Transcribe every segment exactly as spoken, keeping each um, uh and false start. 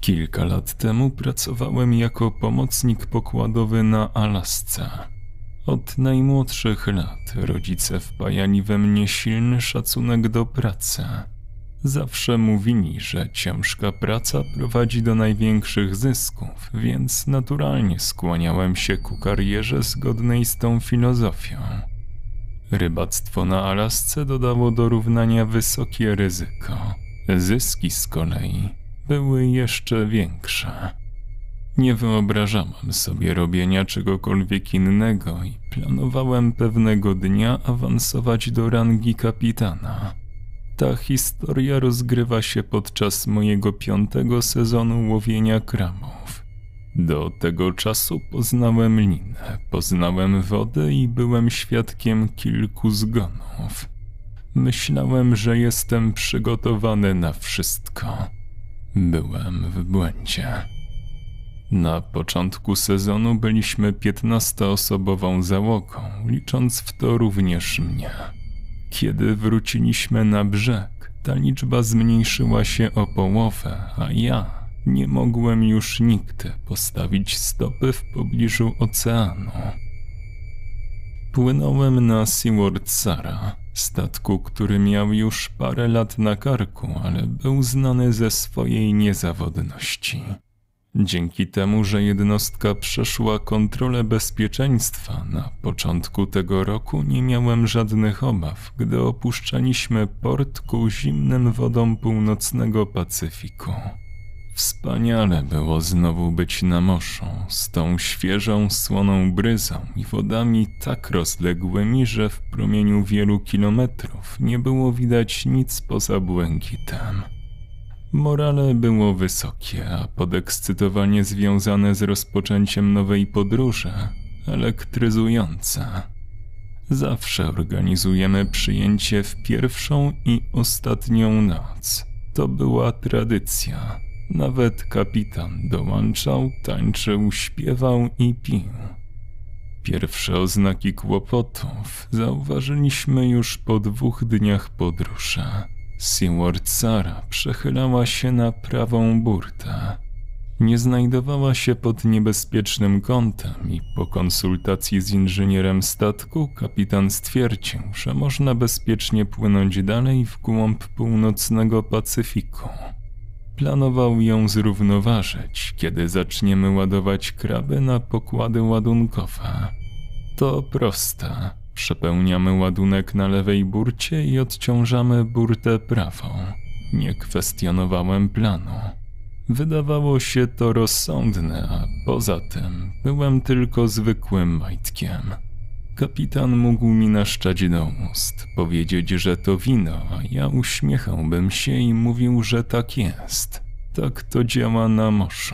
Kilka lat temu pracowałem jako pomocnik pokładowy na Alasce. Od najmłodszych lat rodzice wpajali we mnie silny szacunek do pracy. Zawsze mówili, że ciężka praca prowadzi do największych zysków, więc naturalnie skłaniałem się ku karierze zgodnej z tą filozofią. Rybactwo na Alasce dodało do równania wysokie ryzyko. Zyski z kolei były jeszcze większe. Nie wyobrażałem sobie robienia czegokolwiek innego i planowałem pewnego dnia awansować do rangi kapitana. Ta historia rozgrywa się podczas mojego piątego sezonu łowienia krabów. Do tego czasu poznałem linę, poznałem wodę i byłem świadkiem kilku zgonów. Myślałem, że jestem przygotowany na wszystko. Byłem w błędzie. Na początku sezonu byliśmy piętnastoosobową załogą, licząc w to również mnie. Kiedy wróciliśmy na brzeg, ta liczba zmniejszyła się o połowę, a ja nie mogłem już nigdy postawić stopy w pobliżu oceanu. Płynąłem na Seaward Sara, statku, który miał już parę lat na karku, ale był znany ze swojej niezawodności. Dzięki temu, że jednostka przeszła kontrolę bezpieczeństwa na początku tego roku, nie miałem żadnych obaw, gdy opuszczaliśmy port ku zimnym wodom północnego Pacyfiku. Wspaniale było znowu być na morzu, z tą świeżą, słoną bryzą i wodami tak rozległymi, że w promieniu wielu kilometrów nie było widać nic poza błękitem. Morale było wysokie, a podekscytowanie związane z rozpoczęciem nowej podróży elektryzujące. Zawsze organizujemy przyjęcie w pierwszą i ostatnią noc. To była tradycja. Nawet kapitan dołączał, tańczył, śpiewał i pił. Pierwsze oznaki kłopotów zauważyliśmy już po dwóch dniach podróży. Seaward Sara przechylała się na prawą burtę. Nie znajdowała się pod niebezpiecznym kątem i po konsultacji z inżynierem statku kapitan stwierdził, że można bezpiecznie płynąć dalej w głąb północnego Pacyfiku. Planował ją zrównoważyć, kiedy zaczniemy ładować kraby na pokłady ładunkowe. To proste. Przepełniamy ładunek na lewej burcie i odciążamy burtę prawą. Nie kwestionowałem planu. Wydawało się to rozsądne, a poza tym byłem tylko zwykłym majtkiem. Kapitan mógł mi naszczać do ust, powiedzieć, że to wino, a ja uśmiechałbym się i mówił, że tak jest. Tak to działa na morzu.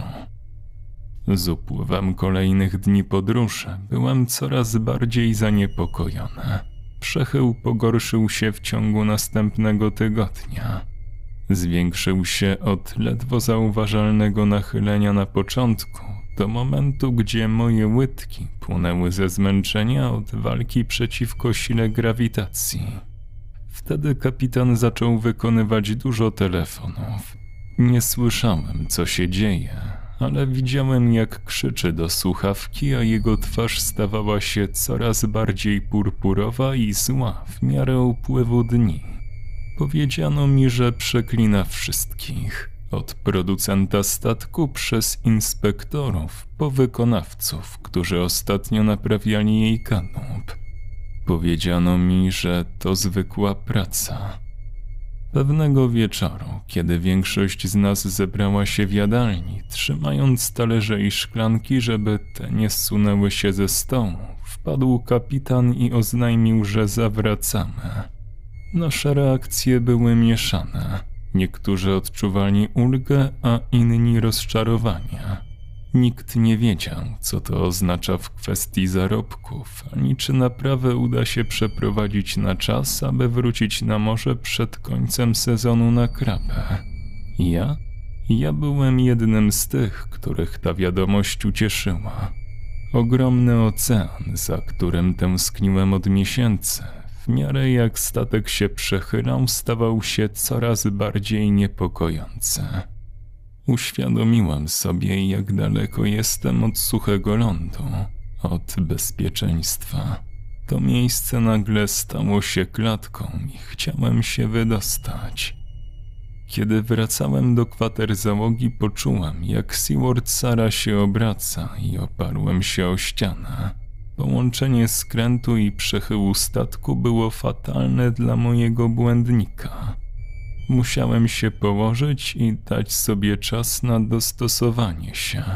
Z upływem kolejnych dni podróży byłem coraz bardziej zaniepokojony. Przechył pogorszył się w ciągu następnego tygodnia. Zwiększył się od ledwo zauważalnego nachylenia na początku do momentu, gdzie moje łydki płonęły ze zmęczenia od walki przeciwko sile grawitacji. Wtedy kapitan zaczął wykonywać dużo telefonów. Nie słyszałem, co się dzieje, ale widziałem, jak krzyczy do słuchawki, a jego twarz stawała się coraz bardziej purpurowa i zła w miarę upływu dni. Powiedziano mi, że przeklina wszystkich, od producenta statku przez inspektorów po wykonawców, którzy ostatnio naprawiali jej kanop. Powiedziano mi, że to zwykła praca. Pewnego wieczoru, kiedy większość z nas zebrała się w jadalni, trzymając talerze i szklanki, żeby te nie zsunęły się ze stołu, wpadł kapitan i oznajmił, że zawracamy. Nasze reakcje były mieszane. Niektórzy odczuwali ulgę, a inni rozczarowanie. Nikt nie wiedział, co to oznacza w kwestii zarobków, ani czy naprawę uda się przeprowadzić na czas, aby wrócić na morze przed końcem sezonu na krabę. Ja? Ja byłem jednym z tych, których ta wiadomość ucieszyła. Ogromny ocean, za którym tęskniłem od miesięcy, w miarę jak statek się przechylał, stawał się coraz bardziej niepokojący. Uświadomiłem sobie, jak daleko jestem od suchego lądu, od bezpieczeństwa. To miejsce nagle stało się klatką i chciałem się wydostać. Kiedy wracałem do kwater załogi, poczułem, jak Seaward Sara się obraca i oparłem się o ścianę. Połączenie skrętu i przechyłu statku było fatalne dla mojego błędnika. Musiałem się położyć i dać sobie czas na dostosowanie się.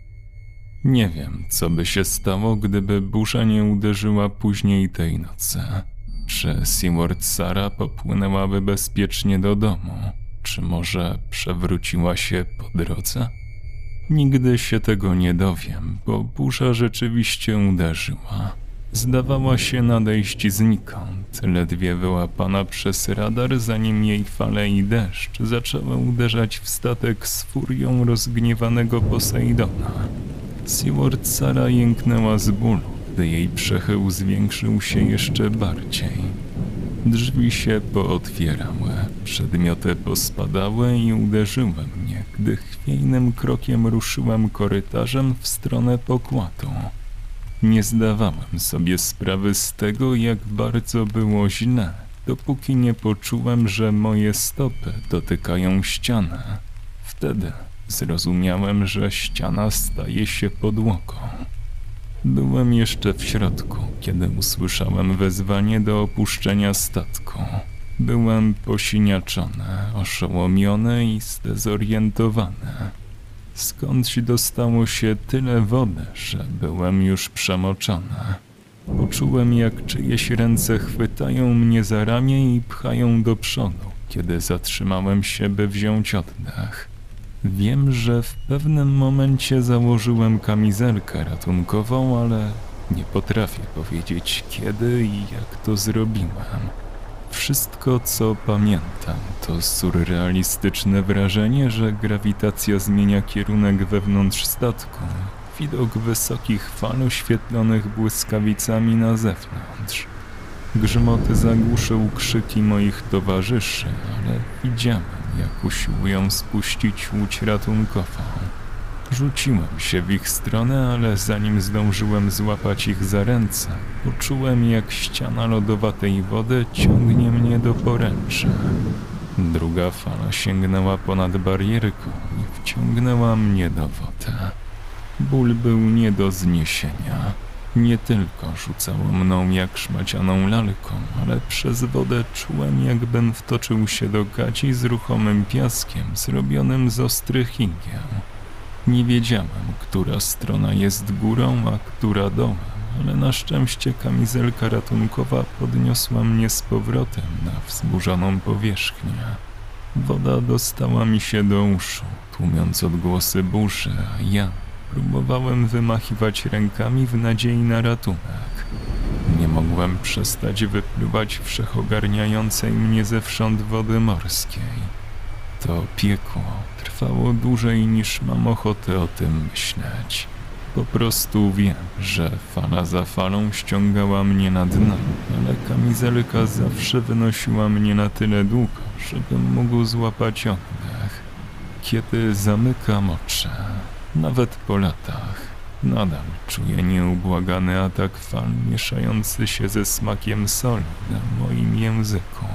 Nie wiem, co by się stało, gdyby burza nie uderzyła później tej nocy. Czy Seaward Sara popłynęłaby bezpiecznie do domu? Czy może przewróciła się po drodze? Nigdy się tego nie dowiem, bo burza rzeczywiście uderzyła. Zdawała się nadejść znikąd, ledwie wyłapana przez radar, zanim jej fale i deszcz zaczęły uderzać w statek z furią rozgniewanego Posejdona. Seaward Sara jęknęła z bólu, gdy jej przechył zwiększył się jeszcze bardziej. Drzwi się pootwierały, przedmioty pospadały i uderzyły mnie, gdy chwiejnym krokiem ruszyłem korytarzem w stronę pokładu. Nie zdawałem sobie sprawy z tego, jak bardzo było źle, dopóki nie poczułem, że moje stopy dotykają ścianę. Wtedy zrozumiałem, że ściana staje się podłogą. Byłem jeszcze w środku, kiedy usłyszałem wezwanie do opuszczenia statku. Byłem posiniaczony, oszołomiony i zdezorientowany. Skądś dostało się tyle wody, że byłem już przemoczony. Poczułem, jak czyjeś ręce chwytają mnie za ramię i pchają do przodu, kiedy zatrzymałem się, by wziąć oddech. Wiem, że w pewnym momencie założyłem kamizelkę ratunkową, ale nie potrafię powiedzieć kiedy i jak to zrobiłem. Wszystko, co pamiętam, to surrealistyczne wrażenie, że grawitacja zmienia kierunek wewnątrz statku. Widok wysokich fal oświetlonych błyskawicami na zewnątrz. Grzmot zagłuszył krzyki moich towarzyszy, ale widziałem, jak usiłują spuścić łódź ratunkową. Rzuciłem się w ich stronę, ale zanim zdążyłem złapać ich za ręce, poczułem, jak ściana lodowatej wody ciągnie mnie do poręczy. Druga fala sięgnęła ponad barierkę i wciągnęła mnie do wody. Ból był nie do zniesienia. Nie tylko rzucało mną jak szmacianą lalką, ale przez wodę czułem, jakbym wtoczył się do gaci z ruchomym piaskiem zrobionym z ostrych igieł. Nie wiedziałem, która strona jest górą, a która dołem, ale na szczęście kamizelka ratunkowa podniosła mnie z powrotem na wzburzoną powierzchnię. Woda dostała mi się do uszu, tłumiąc odgłosy burzy, a ja próbowałem wymachiwać rękami w nadziei na ratunek. Nie mogłem przestać wypluwać wszechogarniającej mnie zewsząd wody morskiej. To piekło trwało dłużej niż mam ochotę o tym myśleć. Po prostu wiem, że fala za falą ściągała mnie na dno, ale kamizelka zawsze wynosiła mnie na tyle długo, żebym mógł złapać oddech. Kiedy zamykam oczy, nawet po latach, nadal czuję nieubłagany atak fal mieszający się ze smakiem soli na moim języku.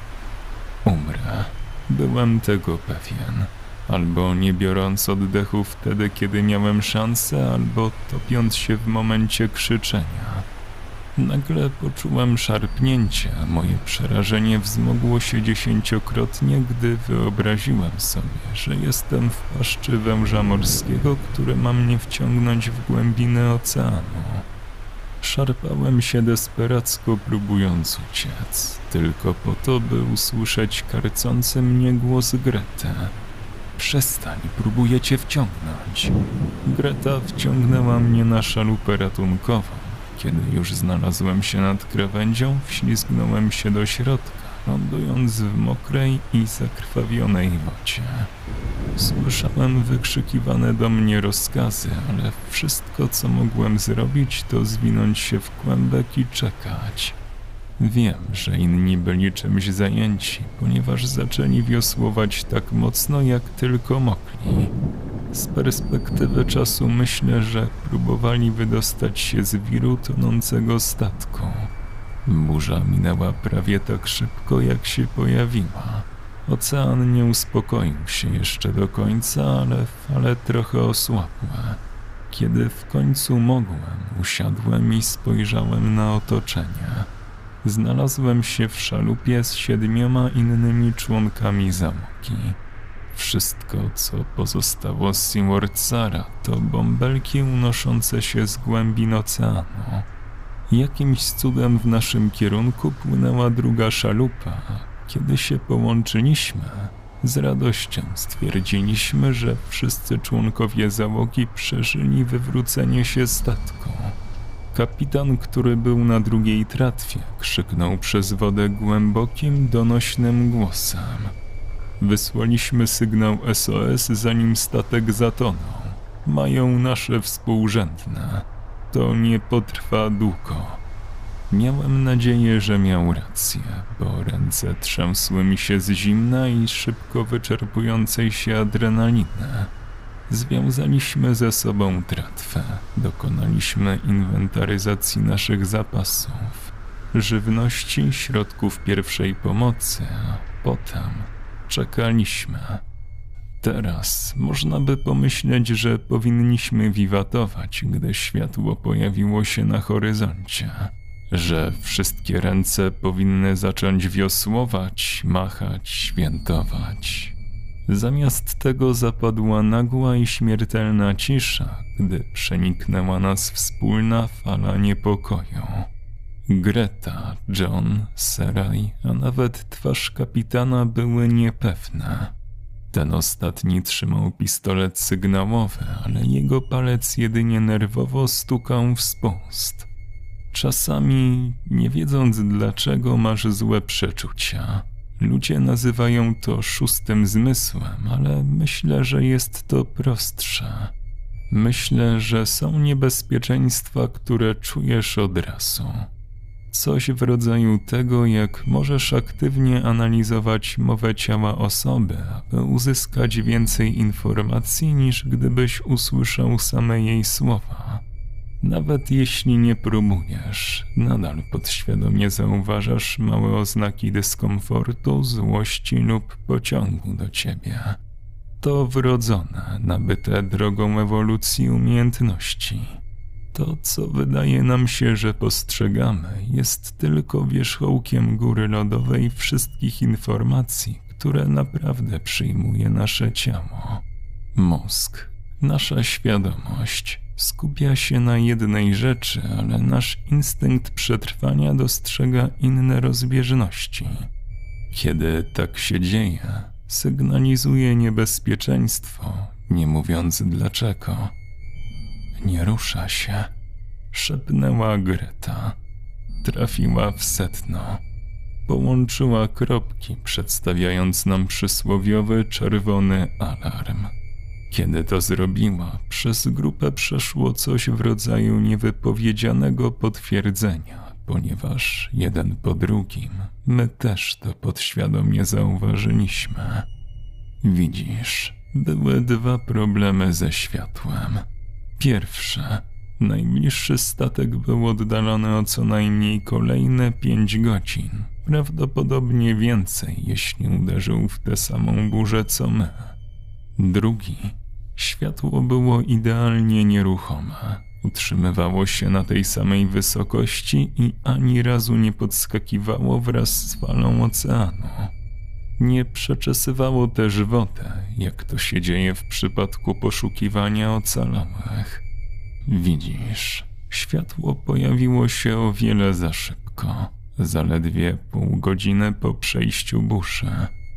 Umrę. Byłem tego pewien. Albo nie biorąc oddechu wtedy, kiedy miałem szansę, albo topiąc się w momencie krzyczenia. Nagle poczułem szarpnięcie, a moje przerażenie wzmogło się dziesięciokrotnie, gdy wyobraziłem sobie, że jestem w paszczy węża morskiego, który ma mnie wciągnąć w głębiny oceanu. Szarpałem się desperacko, próbując uciec, tylko po to, by usłyszeć karcący mnie głos Grety. Przestań, próbuję cię wciągnąć. Greta wciągnęła mnie na szalupę ratunkową. Kiedy już znalazłem się nad krawędzią, wślizgnąłem się do środka, lądując w mokrej i zakrwawionej wodzie. Słyszałem wykrzykiwane do mnie rozkazy, ale wszystko, co mogłem zrobić, to zwinąć się w kłębek i czekać. Wiem, że inni byli czymś zajęci, ponieważ zaczęli wiosłować tak mocno, jak tylko mogli. Z perspektywy czasu myślę, że próbowali wydostać się z wiru tonącego statku. Burza minęła prawie tak szybko, jak się pojawiła. Ocean nie uspokoił się jeszcze do końca, ale fale trochę osłabły. Kiedy w końcu mogłem, usiadłem i spojrzałem na otoczenie. Znalazłem się w szalupie z siedmioma innymi członkami załogi. Wszystko, co pozostało z Seaward Sara, to bąbelki unoszące się z głębin oceanu. Jakimś cudem w naszym kierunku płynęła druga szalupa. Kiedy się połączyliśmy, z radością stwierdziliśmy, że wszyscy członkowie załogi przeżyli wywrócenie się statku. Kapitan, który był na drugiej tratwie, krzyknął przez wodę głębokim, donośnym głosem. Wysłaliśmy sygnał S O S, zanim statek zatonął. Mają nasze współrzędne. To nie potrwa długo. Miałem nadzieję, że miał rację, bo ręce trzęsły mi się z zimna i szybko wyczerpującej się adrenaliny. Związaliśmy ze sobą tratwę, dokonaliśmy inwentaryzacji naszych zapasów, żywności, środków pierwszej pomocy, a potem czekaliśmy. Teraz można by pomyśleć, że powinniśmy wiwatować, gdy światło pojawiło się na horyzoncie, że wszystkie ręce powinny zacząć wiosłować, machać, świętować. Zamiast tego zapadła nagła i śmiertelna cisza, gdy przeniknęła nas wspólna fala niepokoju. Greta, John, Seraj, a nawet twarz kapitana były niepewne. Ten ostatni trzymał pistolet sygnałowy, ale jego palec jedynie nerwowo stukał w spust. Czasami, nie wiedząc dlaczego, masz złe przeczucia. Ludzie nazywają to szóstym zmysłem, ale myślę, że jest to prostsze. Myślę, że są niebezpieczeństwa, które czujesz od razu. Coś w rodzaju tego, jak możesz aktywnie analizować mowę ciała osoby, aby uzyskać więcej informacji, niż gdybyś usłyszał same jej słowa. Nawet jeśli nie próbujesz, nadal podświadomie zauważasz małe oznaki dyskomfortu, złości lub pociągu do ciebie. To wrodzone, nabyte drogą ewolucji umiejętności. To, co wydaje nam się, że postrzegamy, jest tylko wierzchołkiem góry lodowej wszystkich informacji, które naprawdę przyjmuje nasze ciało. Mózg, nasza świadomość, skupia się na jednej rzeczy, ale nasz instynkt przetrwania dostrzega inne rozbieżności. Kiedy tak się dzieje, sygnalizuje niebezpieczeństwo, nie mówiąc dlaczego. Nie rusza się, szepnęła Greta. Trafiła w sedno. Połączyła kropki, przedstawiając nam przysłowiowy czerwony alarm. Kiedy to zrobiła, przez grupę przeszło coś w rodzaju niewypowiedzianego potwierdzenia, ponieważ jeden po drugim my też to podświadomie zauważyliśmy. Widzisz, były dwa problemy ze światłem. Pierwsze, najbliższy statek był oddalony o co najmniej kolejne pięć godzin, prawdopodobnie więcej, jeśli uderzył w tę samą burzę co my. Drugi, światło było idealnie nieruchome, utrzymywało się na tej samej wysokości i ani razu nie podskakiwało wraz z falą oceanu. Nie przeczesywało też wodę, jak to się dzieje w przypadku poszukiwania ocalałych. Widzisz, światło pojawiło się o wiele za szybko, zaledwie pół godziny po przejściu burzy.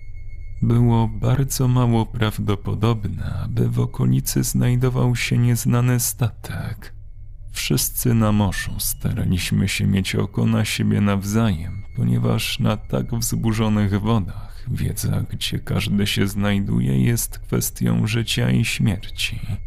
Było bardzo mało prawdopodobne, aby w okolicy znajdował się nieznany statek. Wszyscy na morzu staraliśmy się mieć oko na siebie nawzajem, ponieważ na tak wzburzonych wodach wiedza, gdzie każdy się znajduje, jest kwestią życia i śmierci.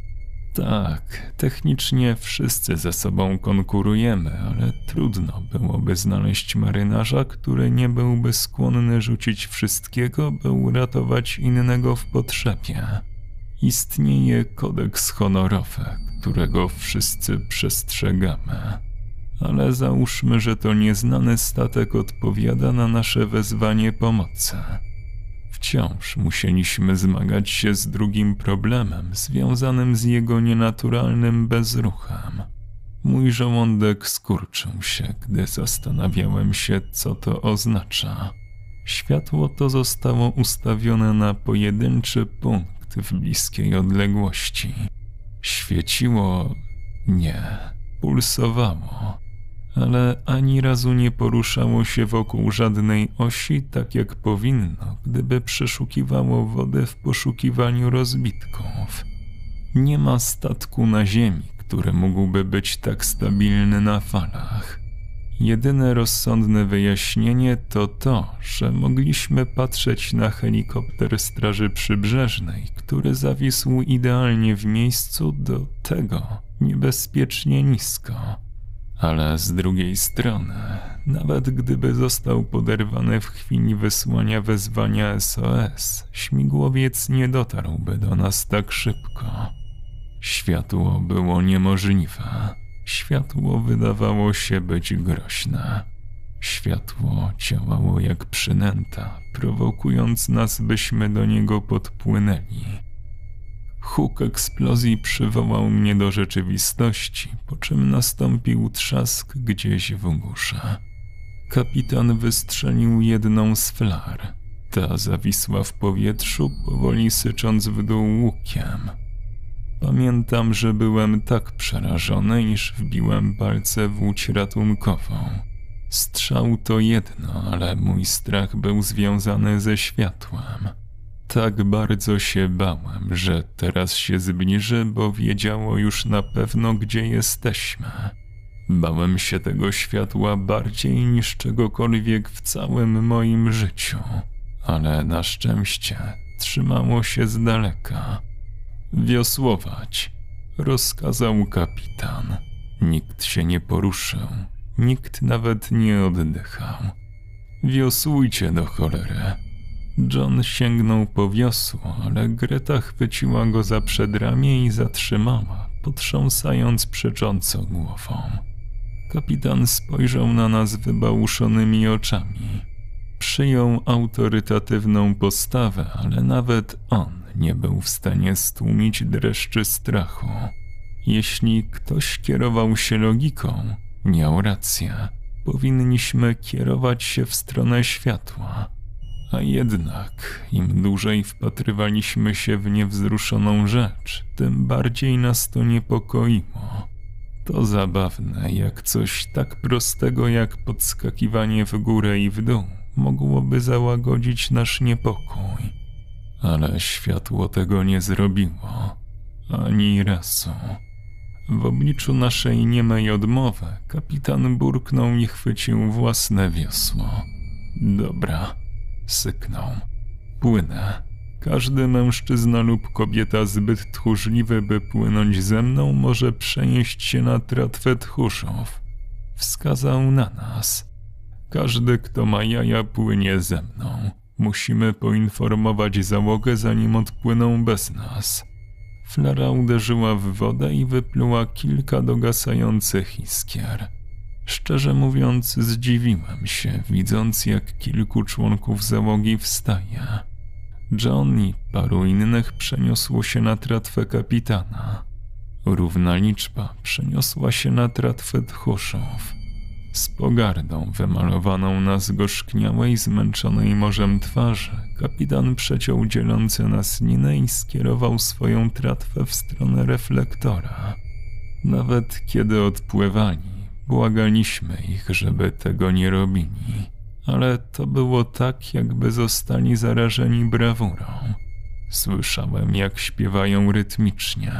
Tak, technicznie wszyscy ze sobą konkurujemy, ale trudno byłoby znaleźć marynarza, który nie byłby skłonny rzucić wszystkiego, by uratować innego w potrzebie. Istnieje kodeks honorowy, którego wszyscy przestrzegamy. Ale załóżmy, że to nieznany statek odpowiada na nasze wezwanie pomocy. Wciąż musieliśmy zmagać się z drugim problemem, związanym z jego nienaturalnym bezruchem. Mój żołądek skurczył się, gdy zastanawiałem się, co to oznacza. Światło to zostało ustawione na pojedynczy punkt w bliskiej odległości. Świeciło... nie, pulsowało. Ale ani razu nie poruszało się wokół żadnej osi, tak jak powinno, gdyby przeszukiwało wodę w poszukiwaniu rozbitków. Nie ma statku na ziemi, który mógłby być tak stabilny na falach. Jedyne rozsądne wyjaśnienie to to, że mogliśmy patrzeć na helikopter Straży Przybrzeżnej, który zawisł idealnie w miejscu do tego, niebezpiecznie nisko. Ale z drugiej strony, nawet gdyby został poderwany w chwili wysłania wezwania S O S, śmigłowiec nie dotarłby do nas tak szybko. Światło było niemożliwe. Światło wydawało się być groźne. Światło działało jak przynęta, prowokując nas, byśmy do niego podpłynęli. Huk eksplozji przywołał mnie do rzeczywistości, po czym nastąpił trzask gdzieś w górze. Kapitan wystrzelił jedną z flar. Ta zawisła w powietrzu, powoli sycząc w dół łukiem. Pamiętam, że byłem tak przerażony, iż wbiłem palce w łódź ratunkową. Strzał to jedno, ale mój strach był związany ze światłem. Tak bardzo się bałem, że teraz się zbliży, bo wiedziało już na pewno, gdzie jesteśmy. Bałem się tego światła bardziej niż czegokolwiek w całym moim życiu, ale na szczęście trzymało się z daleka. Wiosłować, rozkazał kapitan. Nikt się nie poruszył, nikt nawet nie oddychał. Wiosłujcie do cholery. John sięgnął po wiosło, ale Greta chwyciła go za przedramię i zatrzymała, potrząsając przecząco głową. Kapitan spojrzał na nas wybałuszonymi oczami. Przyjął autorytatywną postawę, ale nawet on nie był w stanie stłumić dreszczy strachu. Jeśli ktoś kierował się logiką, miał rację. Powinniśmy kierować się w stronę światła. A jednak, im dłużej wpatrywaliśmy się w niewzruszoną rzecz, tym bardziej nas to niepokoiło. To zabawne, jak coś tak prostego jak podskakiwanie w górę i w dół mogłoby załagodzić nasz niepokój. Ale światło tego nie zrobiło. Ani razu. W obliczu naszej niemej odmowy kapitan burknął i chwycił własne wiosło. Dobra, syknął. Płynę. Każdy mężczyzna lub kobieta zbyt tchórzliwy, by płynąć ze mną, może przenieść się na tratwę tchórzów. Wskazał na nas. Każdy, kto ma jaja, płynie ze mną. Musimy poinformować załogę, zanim odpłyną bez nas. Flara uderzyła w wodę i wypluła kilka dogasających iskier. Szczerze mówiąc, zdziwiłem się, widząc, jak kilku członków załogi wstaje. John i paru innych przeniosło się na tratwę kapitana. Równa liczba przeniosła się na tratwę tchórzów. Z pogardą wymalowaną na zgorzkniałej, zmęczonej morzem twarzy, kapitan przeciął dzielące nas linę i skierował swoją tratwę w stronę reflektora. Nawet kiedy odpływali, błagaliśmy ich, żeby tego nie robili, ale to było tak, jakby zostali zarażeni brawurą. Słyszałem, jak śpiewają rytmicznie.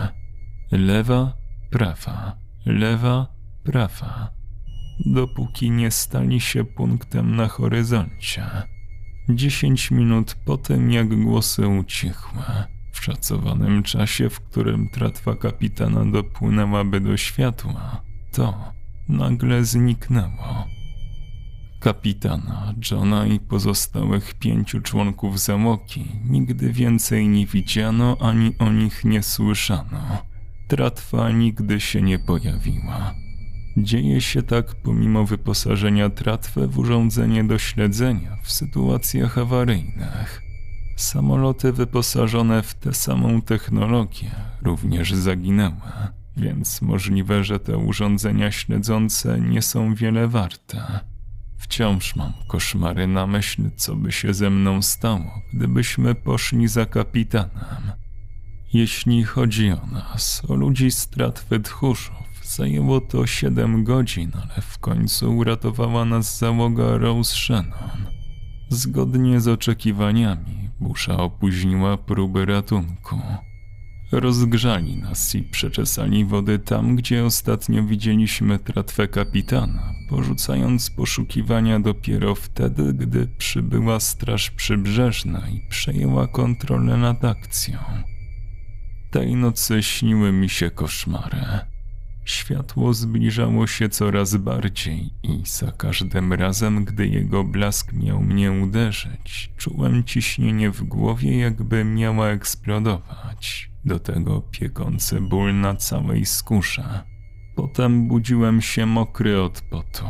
Lewa, prawa, lewa, prawa. Dopóki nie stali się punktem na horyzoncie. Dziesięć minut po tym, jak głosy ucichły, W szacowanym czasie, w którym tratwa kapitana dopłynęłaby do światła, to nagle zniknęło. Kapitana, Johna i pozostałych pięciu członków załogi nigdy więcej nie widziano ani o nich nie słyszano. Tratwa nigdy się nie pojawiła. Dzieje się tak pomimo wyposażenia tratwy w urządzenie do śledzenia w sytuacjach awaryjnych. Samoloty wyposażone w tę samą technologię również zaginęły, więc możliwe, że te urządzenia śledzące nie są wiele warte. Wciąż mam koszmary na myśl, co by się ze mną stało, gdybyśmy poszli za kapitanem. Jeśli chodzi o nas, o ludzi z tratwy tchórzów, zajęło to siedem godzin, ale w końcu uratowała nas załoga Rose Shannon. Zgodnie z oczekiwaniami, burza opóźniła próby ratunku. Rozgrzali nas i przeczesali wody tam, gdzie ostatnio widzieliśmy tratwę kapitana, porzucając poszukiwania dopiero wtedy, gdy przybyła straż przybrzeżna i przejęła kontrolę nad akcją. Tej nocy śniły mi się koszmary. Światło zbliżało się coraz bardziej i za każdym razem, gdy jego blask miał mnie uderzyć, czułem ciśnienie w głowie, jakby miała eksplodować. Do tego piekący ból na całej skórze. Potem budziłem się mokry od potu.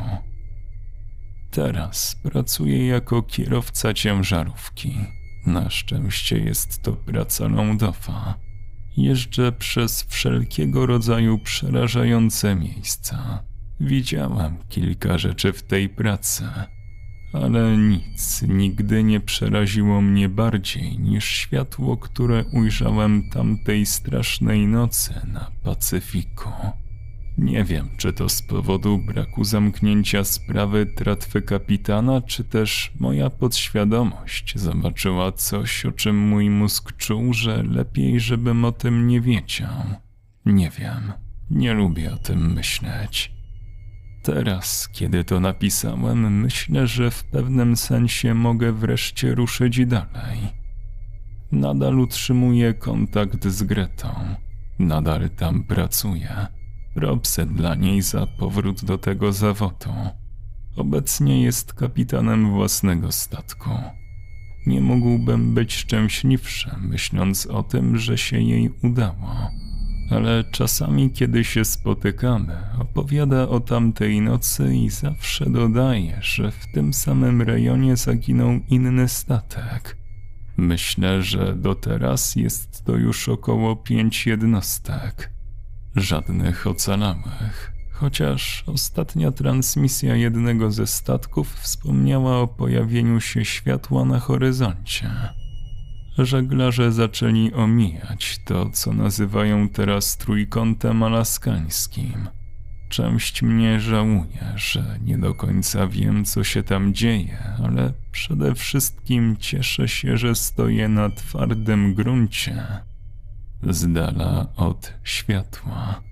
Teraz pracuję jako kierowca ciężarówki. Na szczęście jest to praca lądowa. Jeżdżę przez wszelkiego rodzaju przerażające miejsca. Widziałem kilka rzeczy w tej pracy, ale nic nigdy nie przeraziło mnie bardziej niż światło, które ujrzałem tamtej strasznej nocy na Pacyfiku. Nie wiem, czy to z powodu braku zamknięcia sprawy tratwy kapitana, czy też moja podświadomość zobaczyła coś, o czym mój mózg czuł, że lepiej, żebym o tym nie wiedział. Nie wiem, nie lubię o tym myśleć. Teraz, kiedy to napisałem, myślę, że w pewnym sensie mogę wreszcie ruszyć dalej. Nadal utrzymuję kontakt z Gretą. Nadal tam pracuję. Robsę dla niej za powrót do tego zawodu. Obecnie jest kapitanem własnego statku. Nie mógłbym być szczęśliwszy, myśląc o tym, że się jej udało. Ale czasami, kiedy się spotykamy, opowiada o tamtej nocy i zawsze dodaje, że w tym samym rejonie zaginął inny statek. Myślę, że do teraz jest to już około pięć jednostek. Żadnych ocalałych, chociaż ostatnia transmisja jednego ze statków wspomniała o pojawieniu się światła na horyzoncie. Żeglarze zaczęli omijać to, co nazywają teraz trójkątem alaskańskim. Część mnie żałuje, że nie do końca wiem, co się tam dzieje, ale przede wszystkim cieszę się, że stoję na twardym gruncie, z dala od światła.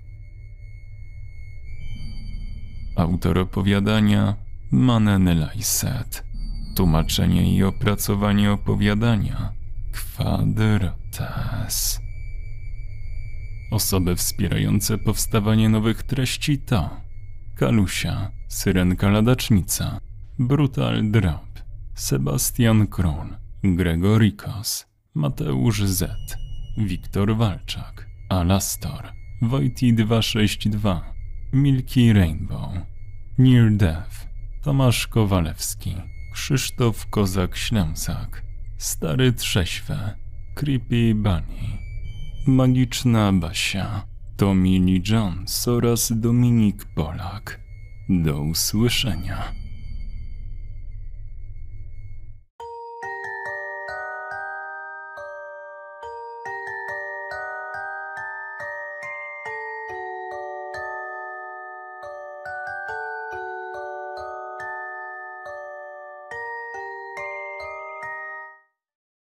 Autor opowiadania Manen Lyset. Tłumaczenie i opracowanie opowiadania Quadrotes. Osoby wspierające powstawanie nowych treści to Kalusia, Syrenka Ladacznica, Brutal Drop, Sebastian Król, Gregorikos, Mateusz Z, Wiktor Walczak, Alastor, Wojti dwieście sześćdziesiąt dwa, Milky Rainbow, Near Death, Tomasz Kowalewski, Krzysztof Kozak-Ślęsak, Stary Trześwe, Creepy Bunny, Magiczna Basia, Tommy Lee Jones oraz Dominik Polak. Do usłyszenia.